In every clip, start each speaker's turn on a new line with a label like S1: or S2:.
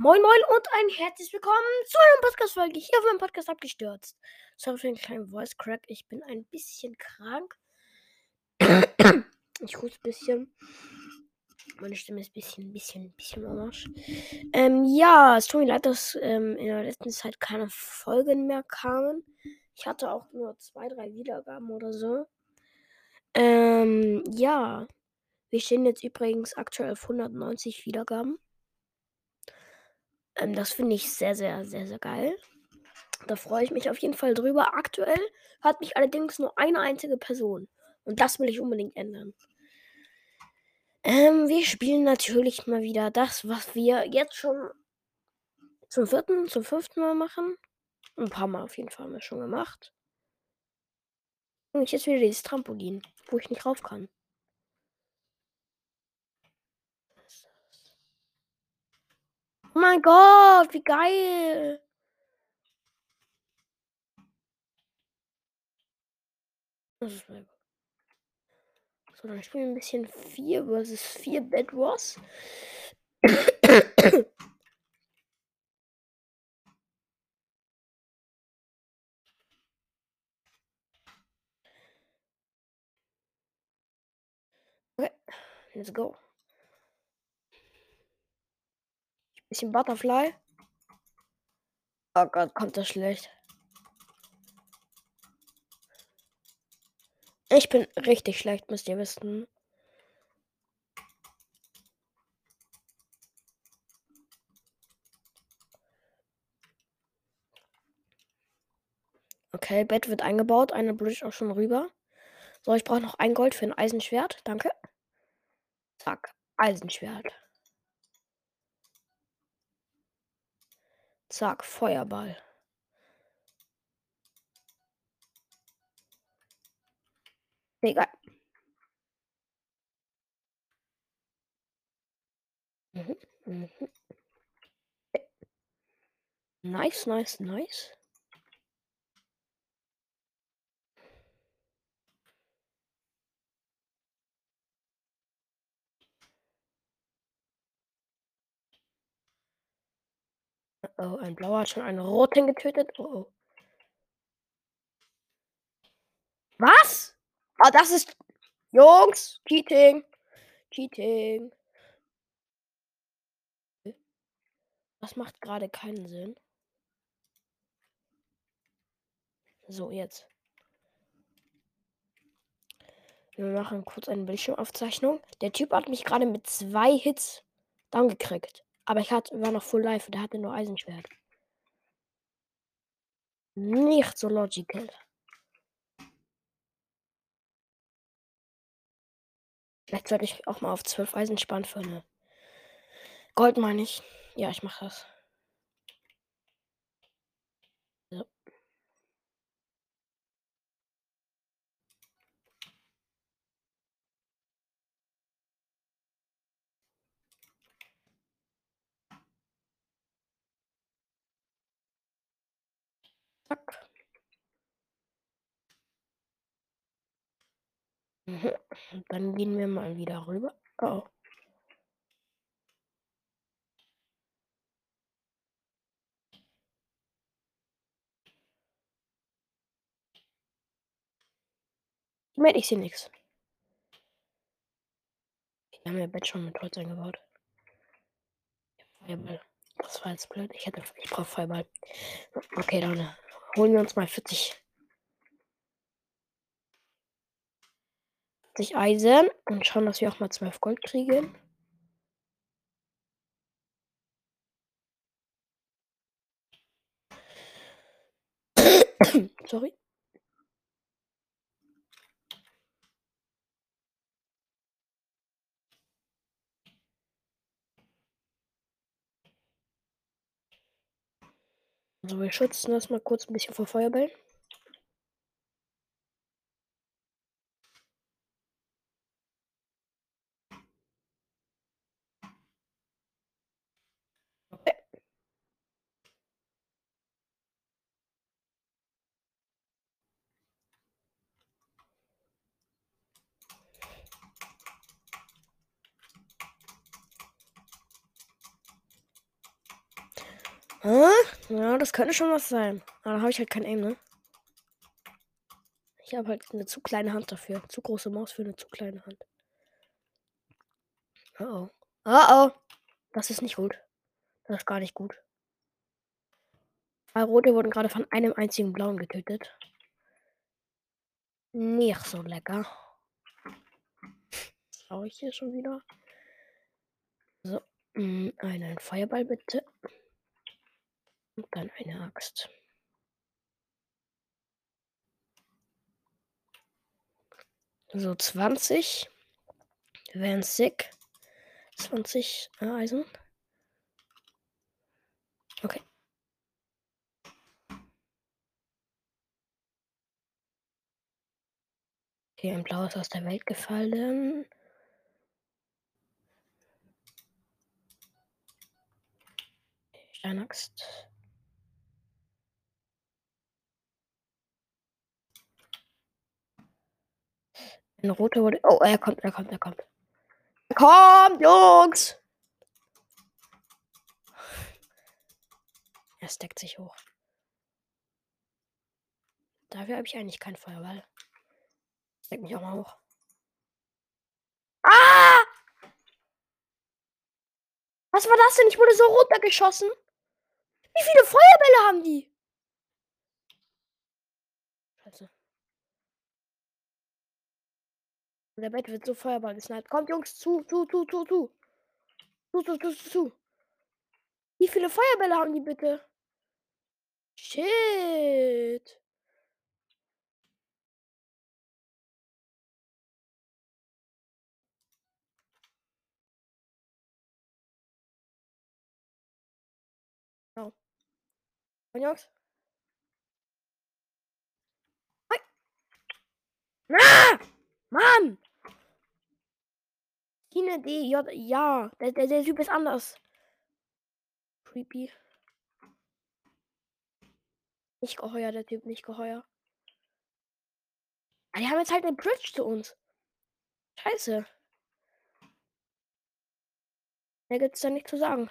S1: Moin Moin und ein herzlich willkommen zu einer Podcast-Folge hier auf meinem Podcast abgestürzt. Sorry für den kleinen Voice Crack, ich bin ein bisschen krank. Ich huste ein bisschen. Meine Stimme ist ein bisschen am Arsch. Ja, es tut mir leid, dass in der letzten Zeit keine Folgen mehr kamen. Ich hatte auch nur 2, 3 Wiedergaben oder so. Ja. Wir stehen jetzt übrigens aktuell auf 190 Wiedergaben. Das finde ich sehr, sehr, sehr, sehr geil. Da freue ich mich auf jeden Fall drüber. Aktuell hat mich allerdings nur eine einzige Person. Und das will ich unbedingt ändern. Wir spielen natürlich mal wieder das, was wir jetzt schon zum 5. Mal machen. Ein paar Mal auf jeden Fall haben wir schon gemacht. Und jetzt wieder dieses Trampolin, wo ich nicht rauf kann. Oh mein Gott, wie geil! Das ist mein Gott. So, dann spielen wir ein bisschen 4 vs 4 Bed Wars. Okay, let's go. Bisschen Butterfly. Oh Gott, kommt das schlecht. Ich bin richtig schlecht, müsst ihr wissen. Okay, Bett wird eingebaut. Eine Bridge auch schon rüber. So, ich brauche noch ein Gold für ein Eisenschwert. Danke. Zack. Eisenschwert. Zack. Feuerball. Egal. Mhm. Mhm. Nice, nice, nice. Oh, ein blauer hat schon einen roten getötet. Oh, oh. Was? Oh, das ist. Jungs, Cheating. Cheating. Das macht gerade keinen Sinn. So, jetzt. Wir machen kurz eine Bildschirmaufzeichnung. Der Typ hat mich gerade mit 2 Hits down gekriegt. Aber war noch full life und der hatte nur Eisenschwert. Nicht so logical. Vielleicht sollte ich auch mal auf 12 Eisen sparen für eine Gold, meine ich. Ja, ich mache das. So. Zack. Mhm. Und dann gehen wir mal wieder rüber. Oh. Ich sehe nichts. Wir haben ja Bett schon mit Holz eingebaut. Feuerball. Das war jetzt blöd. Ich brauche Feuerball. Okay, dann holen wir uns mal 40 Eisen und schauen, dass wir auch mal 12 Gold kriegen. Sorry. Also wir schützen das mal kurz ein bisschen vor Feuerbällen. Okay. Hä? Ja, das könnte schon was sein. Aber da habe ich halt kein Aim, ne? Ich habe halt eine zu kleine Hand dafür. Zu große Maus für eine zu kleine Hand. Oh oh. Oh oh. Das ist nicht gut. Das ist gar nicht gut. 2 Rote wurden gerade von einem einzigen Blauen getötet. Nicht so lecker. Was brauche ich hier schon wieder? So. Einen Feuerball bitte. Und dann eine Axt. So, 20. Wären sick. 20 Eisen. Okay. Okay, ein blaues aus der Welt gefallen. Steinaxt. Eine rote wurde. Oh, er kommt. Er kommt, Jungs! Er stackt sich hoch. Dafür habe ich eigentlich keinen Feuerball. Steck mich auch mal hoch. Ah! Was war das denn? Ich wurde so runtergeschossen. Wie viele Feuerbälle haben die? Scheiße. Der Bett wird so Feuerball gesniped. Kommt, Jungs, zu. Zu. Wie viele Feuerbälle haben die bitte? Shit. Oh. Und Jungs? Hi. Ah! Mann! Tine D. J. Ja. Der Typ ist anders. Creepy. Nicht geheuer, der Typ, nicht geheuer. Ah, die haben jetzt halt eine Bridge zu uns. Scheiße. Da gibt's da nichts zu sagen.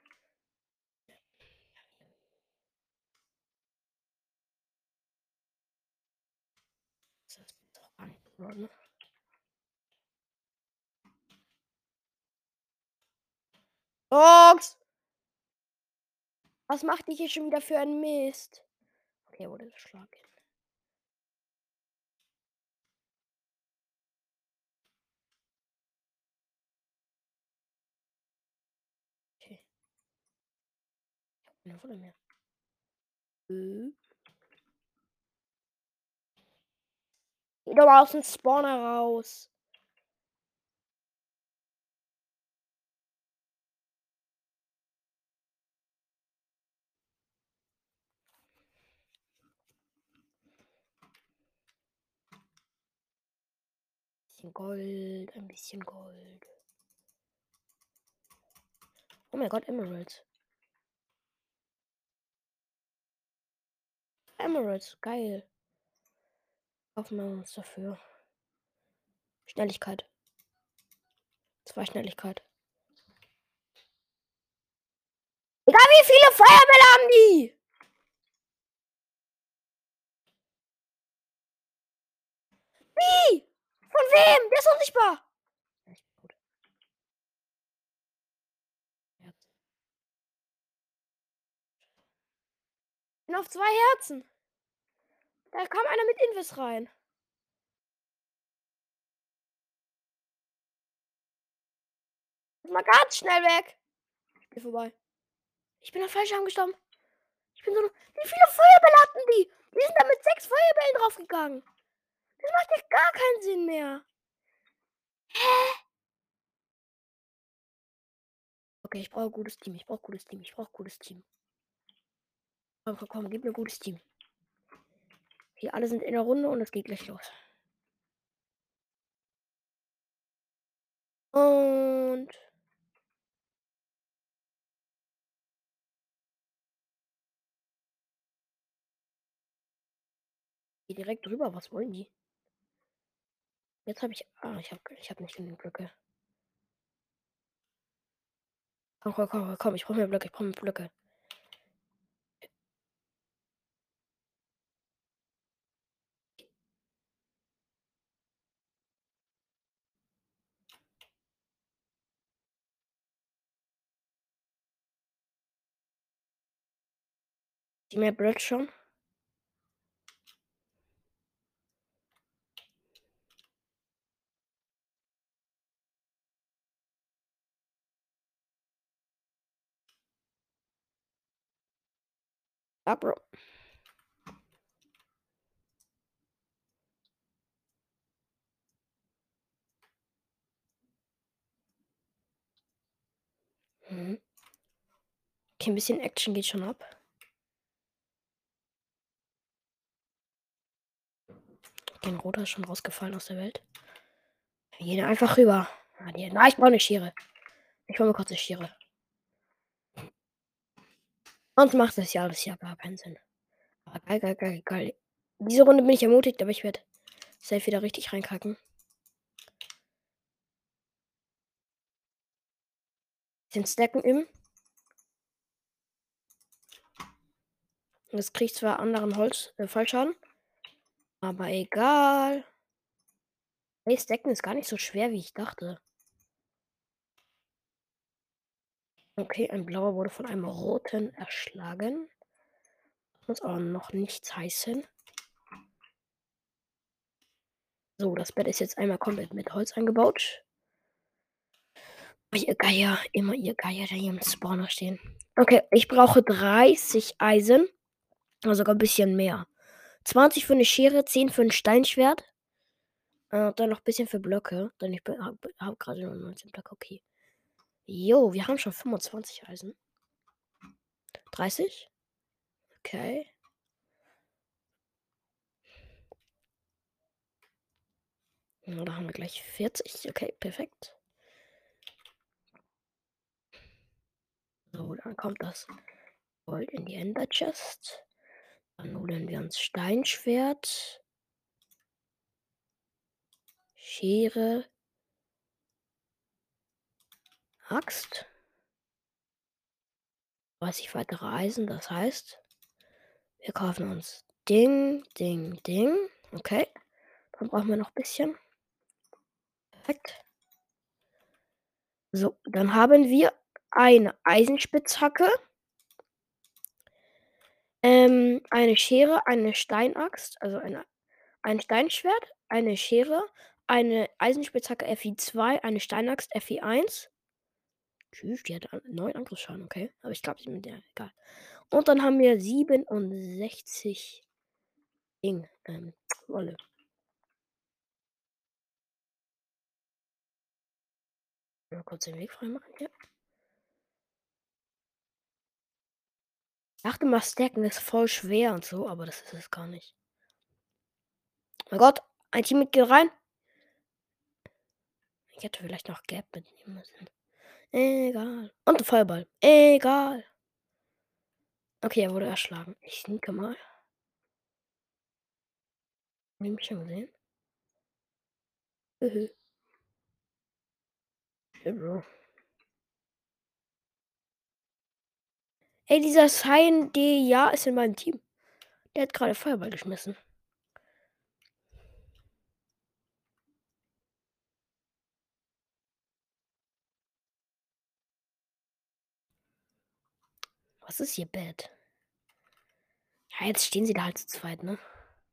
S1: Das ist doch gar nicht so, ne? Box! Was macht die hier schon wieder für ein Mist? Okay, wurde geschlagen. Okay. Ich hab keine Wolle mehr. Geh doch mal aus dem Spawner raus. Ein bisschen Gold. Oh mein Gott, Emeralds. Emeralds, geil. Kaufen wir uns dafür. Schnelligkeit. 2 Schnelligkeit. Egal wie viele Feuerbälle haben die! Wie? Von wem? Der ist unsichtbar. Echt gut. Herz. Ich bin auf 2 Herzen. Da kam einer mit Invis rein. Mal ganz schnell weg. Ich bin vorbei. Ich bin auf Fallschirm gestorben. Ich bin so. Wie viele Feuerbälle hatten die? Die sind da mit 6 Feuerbällen draufgegangen. Das macht ja gar keinen Sinn mehr. Hä? Okay, ich brauche gutes Team. Ich brauche gutes Team. Komm, gib mir gutes Team. Hier alle sind in der Runde und es geht gleich los. Und geh direkt drüber. Was wollen die? Jetzt habe ich. Ah, ich hab nicht genug Blöcke. Komm. Ich brauche mehr Blöcke. Die mehr Brett schon. Ja, Bro. Mhm. Okay, ein bisschen Action geht schon ab. Den Roter ist schon rausgefallen aus der Welt. Wir gehen einfach rüber. Ah, nein, ich brauche eine Schere. Ich hole mir kurz eine Schere. Sonst macht das ja alles ja gar keinen Sinn. Aber geil, geil, geil, geil. Diese Runde bin ich ermutigt, aber ich werde safe wieder richtig reinkacken. Den Stacken im. Das kriegt zwar anderen Fallschaden, aber egal. Hey, Stacken ist gar nicht so schwer, wie ich dachte. Okay, ein blauer wurde von einem roten erschlagen. Muss aber noch nichts heißen. So, das Bett ist jetzt einmal komplett mit Holz eingebaut. Oh, ihr Geier, immer ihr Geier, der hier im Spawner stehen. Okay, ich brauche 30 Eisen. Also sogar ein bisschen mehr. 20 für eine Schere, 10 für ein Steinschwert. Dann noch ein bisschen für Blöcke. Denn ich hab gerade nur 19 Blöcke, okay. Jo, wir haben schon 25 Eisen. 30? Okay. Ja, da haben wir gleich 40. Okay, perfekt. So, dann kommt das Gold in die Ender Chest. Dann holen wir uns Steinschwert, Schere, Axt. 30 weitere Eisen, das heißt, wir kaufen uns Ding, Ding, Ding. Okay. Dann brauchen wir noch ein bisschen. Perfekt. So, dann haben wir eine Eisenspitzhacke, eine Schere, eine Steinaxt, also ein Steinschwert, eine Schere, eine Eisenspitzhacke FI2, eine Steinaxt FI1. Tschüss, die hat 9 Angriffsschaden, okay. Aber ich glaube, ich bin der, egal. Und dann haben wir 67 Ding, Wolle. Mal kurz den Weg freimachen hier. Ich dachte mal, Stacken ist voll schwer und so, aber das ist es gar nicht. Mein Gott, ein Teammitglied rein. Ich hätte vielleicht noch Gap mitnehmen müssen. Egal. Und ein Feuerball. Egal. Okay, er wurde erschlagen. Ich sneake mal. Hab ich mich schon gesehen? Hey, Bro. Ey, dieser Cyan D ja ist in meinem Team. Der hat gerade Feuerball geschmissen. Was ist hier bad? Ja, jetzt stehen sie da halt zu zweit, ne?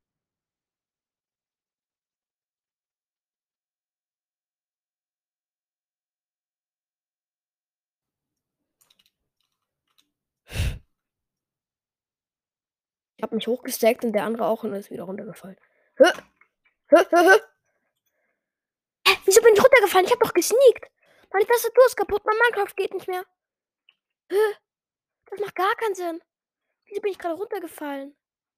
S1: Ich habe mich hochgestackt und der andere auch und ist wieder runtergefallen. Hä? Hä? Hä? Hä? Hä? Wieso bin ich runtergefallen? Ich habe doch gesneakt. Meine Tastatur ist kaputt. Mein Minecraft geht nicht mehr. Hä? Das macht gar keinen Sinn. Wieso bin ich gerade runtergefallen?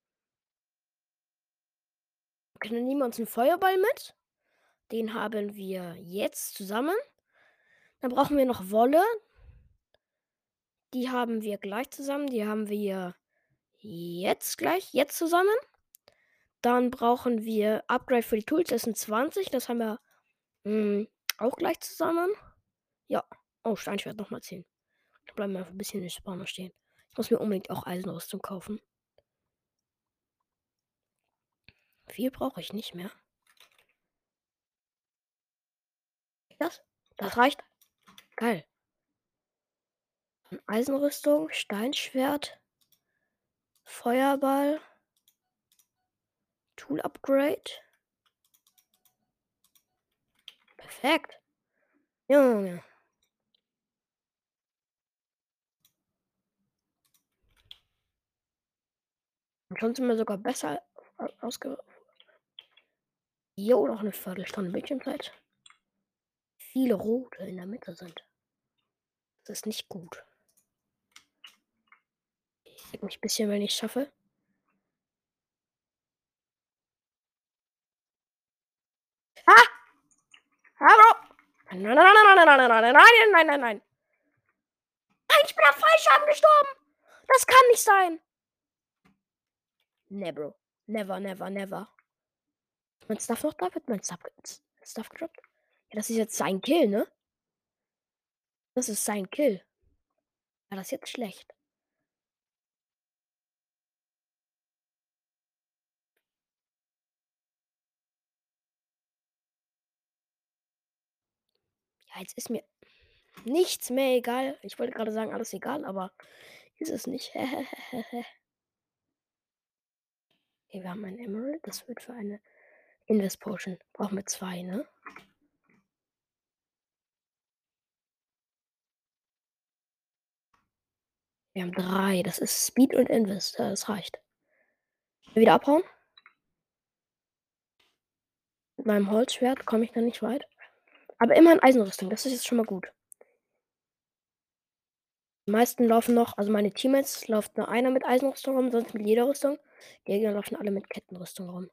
S1: Okay, dann nehmen wir uns einen Feuerball mit. Den haben wir jetzt zusammen. Dann brauchen wir noch Wolle. Die haben wir gleich zusammen. Die haben wir jetzt zusammen. Dann brauchen wir Upgrade für die Tools. Das sind 20. Das haben wir auch gleich zusammen. Ja. Oh, Steinschwert nochmal 10. Da bleiben wir einfach ein bisschen in den Spawner stehen. Ich muss mir unbedingt auch Eisenrüstung kaufen. Viel brauche ich nicht mehr. Das? Das reicht. Geil. Eisenrüstung, Steinschwert, Feuerball. Tool Upgrade. Perfekt. Junge. Und schon sind wir sogar besser ausge. Jo, noch eine Viertelstunde Bildschirmzeit. Viele rote in der Mitte sind. Das ist nicht gut. Ich sehe mich ein bisschen, wenn ich es schaffe. Ah! Hallo! Nein, nein, nein, nein, nein, nein, nein, nein, nein, nein, nein, nein. Nein, ich bin am Fallschaden gestorben. Das kann nicht sein. Ne, Bro. Never, never, never. Mein Stuff noch da? Wird mein Stuff gedroppt? Ja, das ist jetzt sein Kill, ne? Das ist sein Kill. Ja, das ist jetzt schlecht. Ja, jetzt ist mir nichts mehr egal. Ich wollte gerade sagen, alles egal, aber ist es nicht. Okay, wir haben ein Emerald. Das wird für eine Invest Potion. Brauchen wir 2, ne? Wir haben 3. Das ist Speed und Invest. Das reicht. Wieder abhauen. Mit meinem Holzschwert komme ich da nicht weit. Aber immer in Eisenrüstung. Das ist jetzt schon mal gut. Die meisten laufen noch, also meine Teammates läuft nur einer mit Eisenrüstung rum, sonst mit Lederrüstung. Die Gegner laufen alle mit Kettenrüstung rum.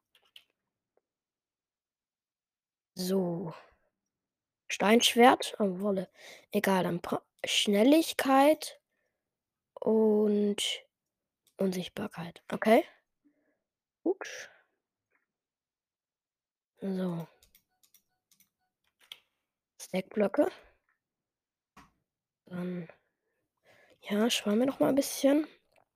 S1: So. Steinschwert. Oh, Wolle. Egal, dann Schnelligkeit und Unsichtbarkeit. Okay. Gut. So. Stackblöcke. Dann. Ja, sparen wir noch mal ein bisschen.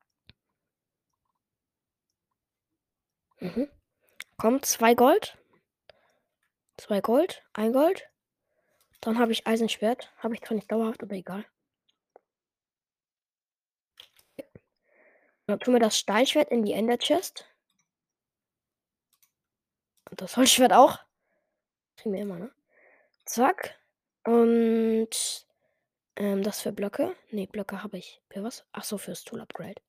S1: Mhm. Kommt 2 Gold. 2 Gold. 1 Gold. Dann habe ich Eisenschwert. Habe ich zwar nicht dauerhaft, aber egal. Dann tun wir das Steinschwert in die Ender Chest. Und das Holzschwert auch. Kriegen wir immer, ne? Zack. Und das für Blöcke. Ne, Blöcke habe ich. Für was? Ach so, fürs Tool Upgrade.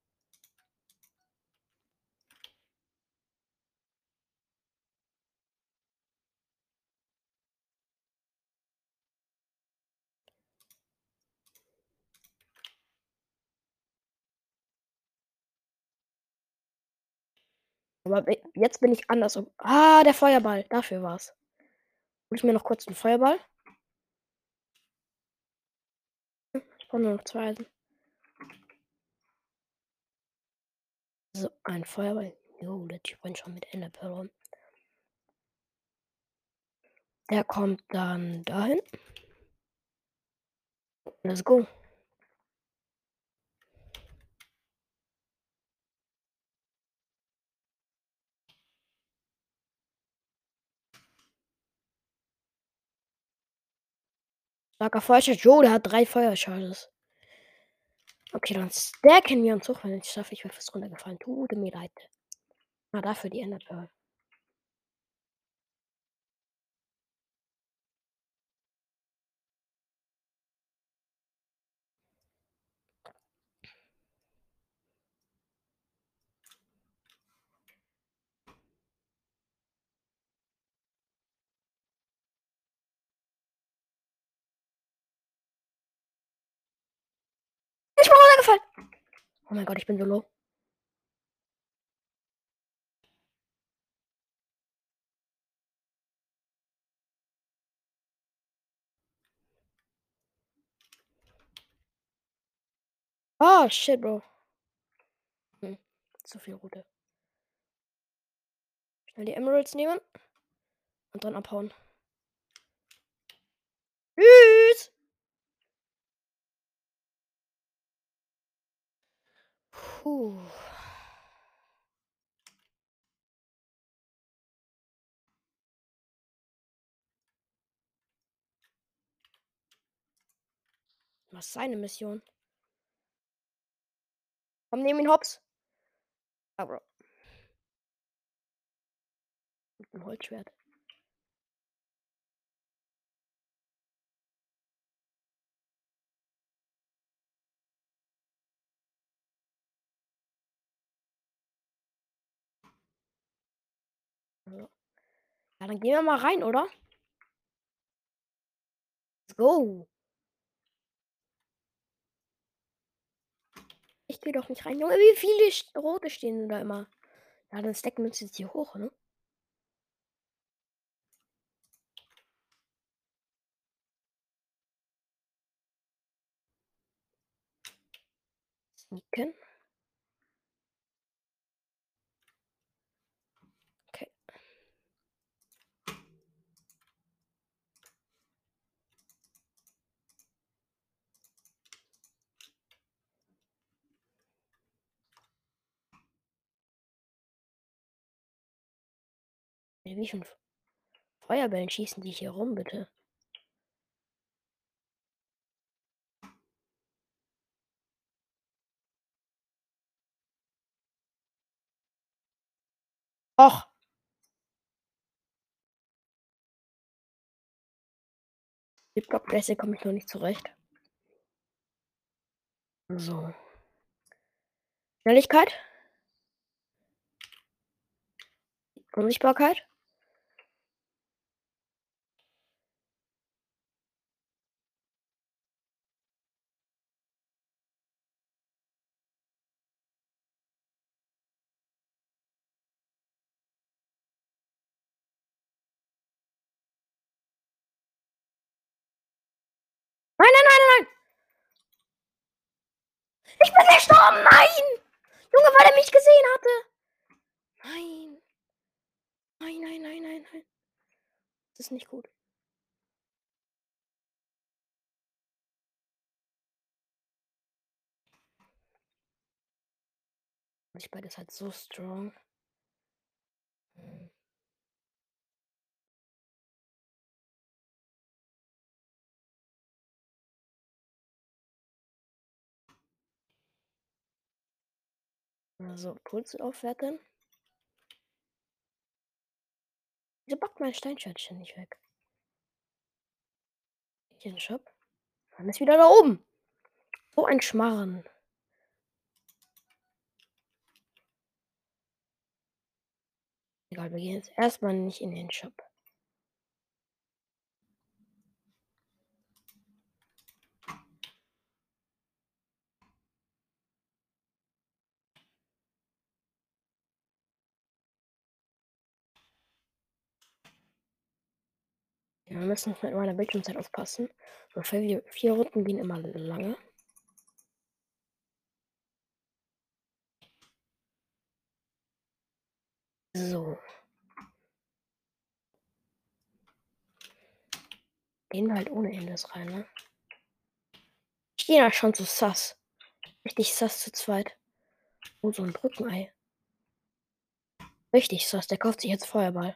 S1: Aber jetzt bin ich anders. Ah, der Feuerball. Dafür war's. Hol ich mir noch kurz einen Feuerball. Ich brauche nur noch 2 Eisen. So, ein Feuerball. Jo, der Typ rennt schon mit Enderpearl rum. Der kommt dann dahin. Let's go. Starker Feuerschutz. Jo, der hat 3 Feuercharges. Okay, dann stacken wir uns hoch, wenn ich es schaffe. Ich wäre fast runtergefallen. Tut mir leid. Ah, dafür die Enderpearl. Ich bin runtergefallen. Oh mein Gott, ich bin so low. Oh, shit, Bro. Hm. Zu viel Route. Schnell die Emeralds nehmen und dann abhauen. Tschüss! Puh. Was ist seine Mission? Komm, nehm ihn hops. Aber mit dem Holzschwert. Ja. Ja, dann gehen wir mal rein, oder? Let's go. Ich gehe doch nicht rein. Junge, wie viele rote stehen da immer? Ja, dann stacken wir uns jetzt hier hoch, ne? Sneaken. Okay. Wie viele Feuerbällen schießen die hier rum, bitte? Och, mit Blockblässe komme ich noch nicht zurecht. So. Schnelligkeit. Unsichtbarkeit. Nein, nein, nein, nein, nein! Ich bin gestorben! Nein! Junge, weil er mich gesehen hatte! Nein. Nein, nein, nein, nein, nein. Das ist nicht gut. Unsichtbarkeit ist halt so strong. Also, Puls aufwerten. Wieso packt mein Steinschwertchen nicht weg? Hier in den Shop. Dann ist wieder da oben. So ein Schmarren. Egal, wir gehen jetzt erstmal nicht in den Shop. Ja, wir müssen mit meiner Bildschirmzeit aufpassen. So, 4 Runden gehen immer lange. So. Gehen wir halt ohne Endes rein, ne? Ich gehe ja schon zu Sass. Richtig Sass zu zweit. Oh, so ein Brückenei. Richtig Sass, der kauft sich jetzt Feuerball.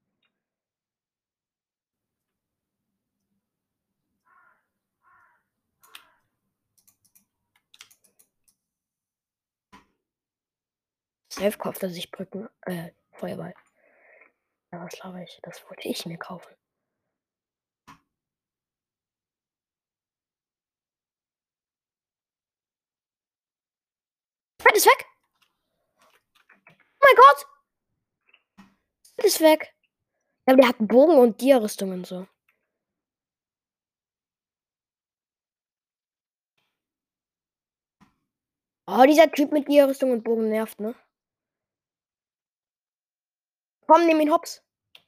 S1: Safe kauft er sich Feuerball. Ja, was laber ich? Das wollte ich mir kaufen. Fett ist weg! Oh mein Gott! Fett ist weg! Ja, aber der hat einen Bogen und Dia-Rüstung und so. Oh, dieser Typ mit Dia-Rüstung und Bogen nervt, ne? Komm, nimm ihn hops.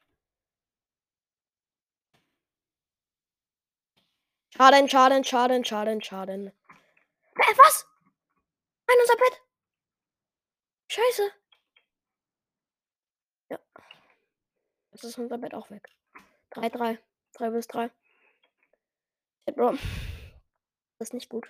S1: Schaden, Schaden, Schaden, Schaden, Schaden. Was? Nein, unser Bett. Scheiße. Ja, jetzt ist unser Bett auch weg. 3, 3. 3 bis 3. Shit, Bro. Das ist nicht gut.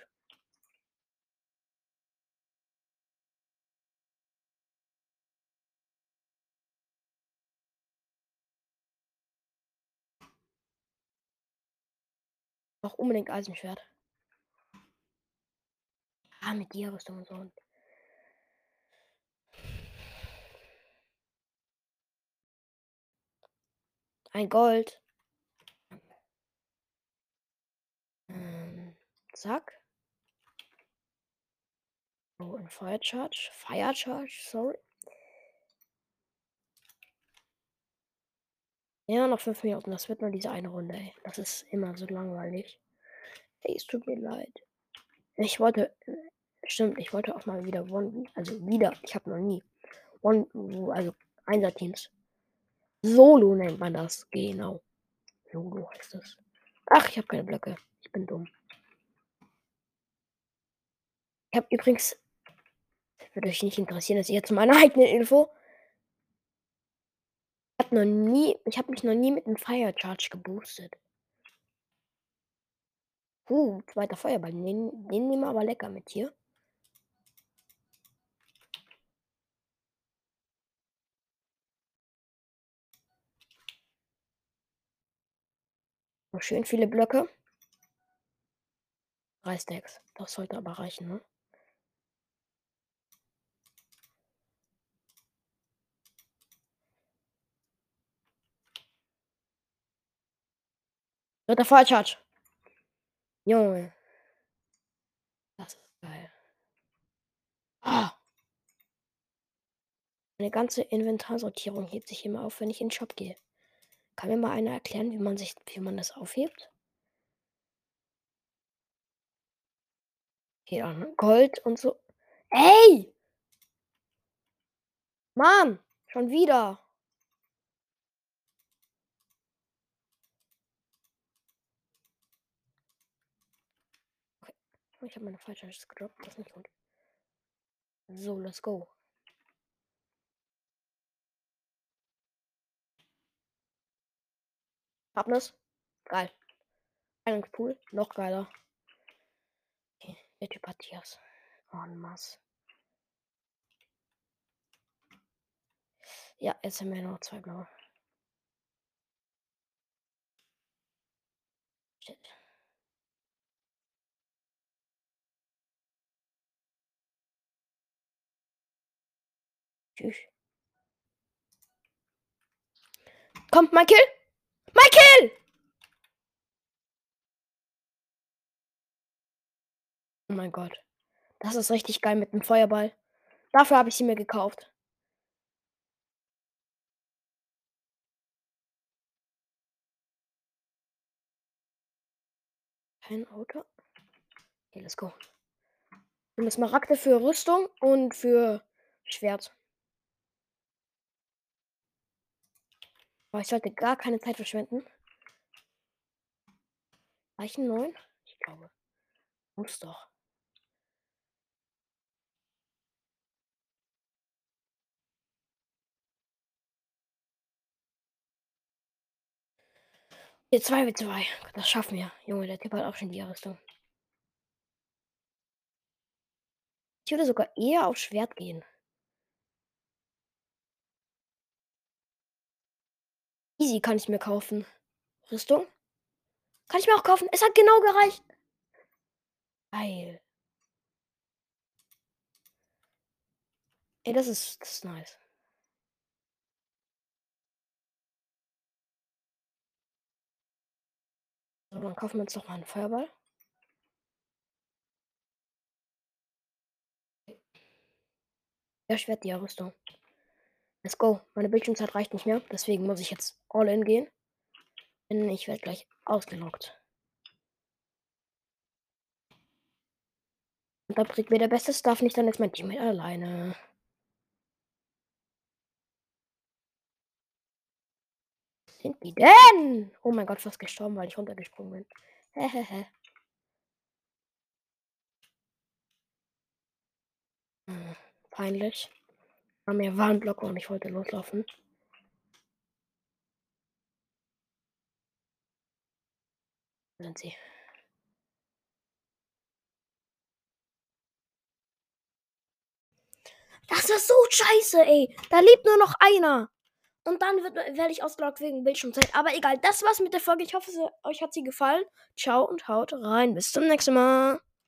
S1: Auch unbedingt Eisenschwert. Ah, mit Dia-Rüstung und so. Ein Gold. Zack. Oh, ein Fire Charge. Fire Charge, sorry. Ja, noch 5 Minuten. Das wird nur diese eine Runde, ey. Das ist immer so langweilig. Ey, es tut mir leid. Ich wollte. Stimmt, ich wollte auch mal wieder One. Also wieder. Ich habe noch nie. One. Also Einser-Teams. Solo nennt man das. Genau. Solo heißt das. Ach, ich habe keine Blöcke. Ich bin dumm. Ich habe übrigens. Würde euch nicht interessieren, dass ich jetzt meine eigene Info. Ich habe mich noch nie mit einem Fire Charge geboostet. Zweiter Feuerball. Den nehmen wir aber lecker mit hier. Noch schön viele Blöcke. 3 Stacks. Das sollte aber reichen, ne? Dritter Fire Charge. Junge. Das ist geil. Ah, meine ganze Inventarsortierung hebt sich immer auf, wenn ich in den Shop gehe. Kann mir mal einer erklären, wie man das aufhebt? Hier an Gold und so. Ey! Mann! Schon wieder. Okay. Ich habe meine falsche gedroppt. Das ist nicht gut. So, let's go. Habnis. Geil. Eingangspool. Noch geiler. Okay. Der Typ hat Tiers. En masse. Ja, jetzt haben wir noch 2 blaue. Shit. Tschüss. Kommt, mein Kill! Mein Kill! Oh mein Gott. Das ist richtig geil mit dem Feuerball. Dafür habe ich sie mir gekauft. Kein Auto. Okay, let's go. Und Smaragde für Rüstung und für Schwert. Aber ich sollte gar keine Zeit verschwenden. Reichen 9? Ich glaube. Muss doch. Hier 2v2. Das schaffen wir. Junge, der Typ hat auch schon die Rüstung. Ich würde sogar eher auf Schwert gehen. Easy kann ich mir kaufen. Rüstung? Kann ich mir auch kaufen. Es hat genau gereicht. Geil. Ey, das ist nice. So, dann kaufen wir uns doch mal einen Feuerball. Ja, Schwert, die Rüstung. Let's go. Meine Bildschirmzeit reicht nicht mehr. Deswegen muss ich jetzt all in gehen. Denn ich werde gleich ausgelockt. Und da bringt mir der beste Stuff nicht, dann ist mein Teammate alleine. Sind die denn? Oh mein Gott, fast gestorben, weil ich runtergesprungen bin. Hehehe. Peinlich. War mir Warnblocke und ich wollte loslaufen. Da sind sie. Das ist so scheiße, ey. Da lebt nur noch einer. Und dann werde ich ausgelockt wegen Bildschirmzeit. Aber egal, das war's mit der Folge. Ich hoffe, euch hat sie gefallen. Ciao und haut rein. Bis zum nächsten Mal.